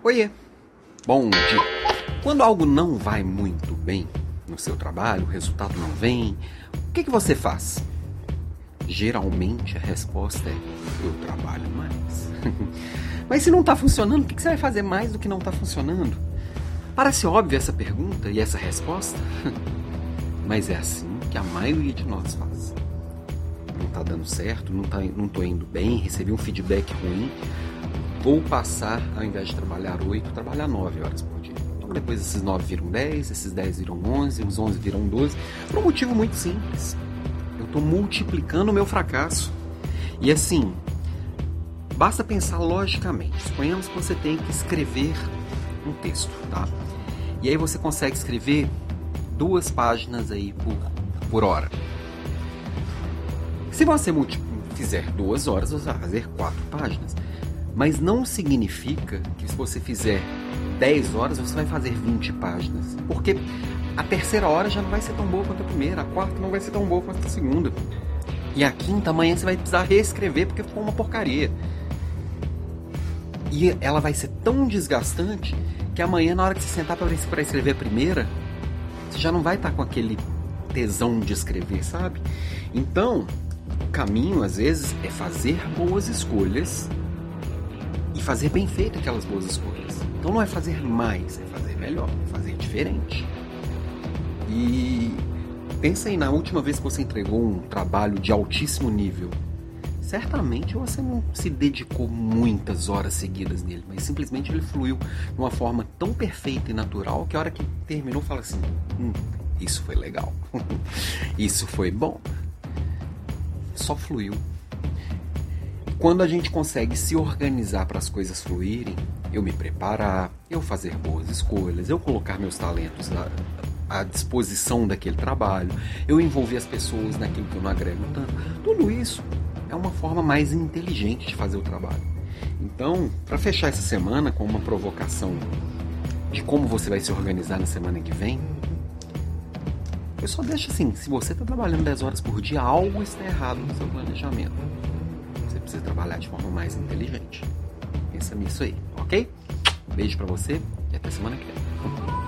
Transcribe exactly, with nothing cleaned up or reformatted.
Oiê, bom dia. Quando algo não vai muito bem no seu trabalho, o resultado não vem, o que, que você faz? Geralmente a resposta é: eu trabalho mais. Mas se não está funcionando, o que, que você vai fazer mais do que não está funcionando? Parece óbvia essa pergunta e essa resposta, mas é assim que a maioria de nós faz. Não está dando certo, não, tá, não tô indo bem, recebi um feedback ruim, vou passar, ao invés de trabalhar oito, trabalhar nove horas por dia. Então depois esses nove viram dez, esses dez viram onze, os onze viram doze, por um motivo muito simples. Eu estou multiplicando o meu fracasso. E assim, basta pensar logicamente. Suponhamos que você tem que escrever um texto, tá? E aí você consegue escrever duas páginas aí por, por hora. Se você multi- fizer duas horas, você vai fazer quatro páginas. Mas não significa que se você fizer dez horas, você vai fazer vinte páginas. Porque a terceira hora já não vai ser tão boa quanto a primeira, a quarta não vai ser tão boa quanto a segunda. E a quinta, amanhã você vai precisar reescrever porque ficou uma porcaria. E ela vai ser tão desgastante que amanhã, na hora que você sentar para escrever a primeira, você já não vai estar com aquele tesão de escrever, sabe? Então, o caminho, às vezes, é fazer boas escolhas e fazer bem feito aquelas boas escolhas. Então não é fazer mais, é fazer melhor, é fazer diferente. E pensa aí na última vez que você entregou um trabalho de altíssimo nível. Certamente você não se dedicou muitas horas seguidas nele, mas simplesmente ele fluiu de uma forma tão perfeita e natural que a hora que terminou fala assim, hum, isso foi legal, isso foi bom. Só fluiu. Quando a gente consegue se organizar para as coisas fluírem, eu me preparar, eu fazer boas escolhas, eu colocar meus talentos à, à disposição daquele trabalho, eu envolver as pessoas naquilo que eu não agrego tanto, tudo isso é uma forma mais inteligente de fazer o trabalho. Então, para fechar essa semana com uma provocação de como você vai se organizar na semana que vem, eu só deixo assim, se você está trabalhando dez horas por dia, algo está errado no seu planejamento. Você precisa trabalhar de forma mais inteligente. Pensa nisso aí, ok? Beijo pra você e até semana que vem.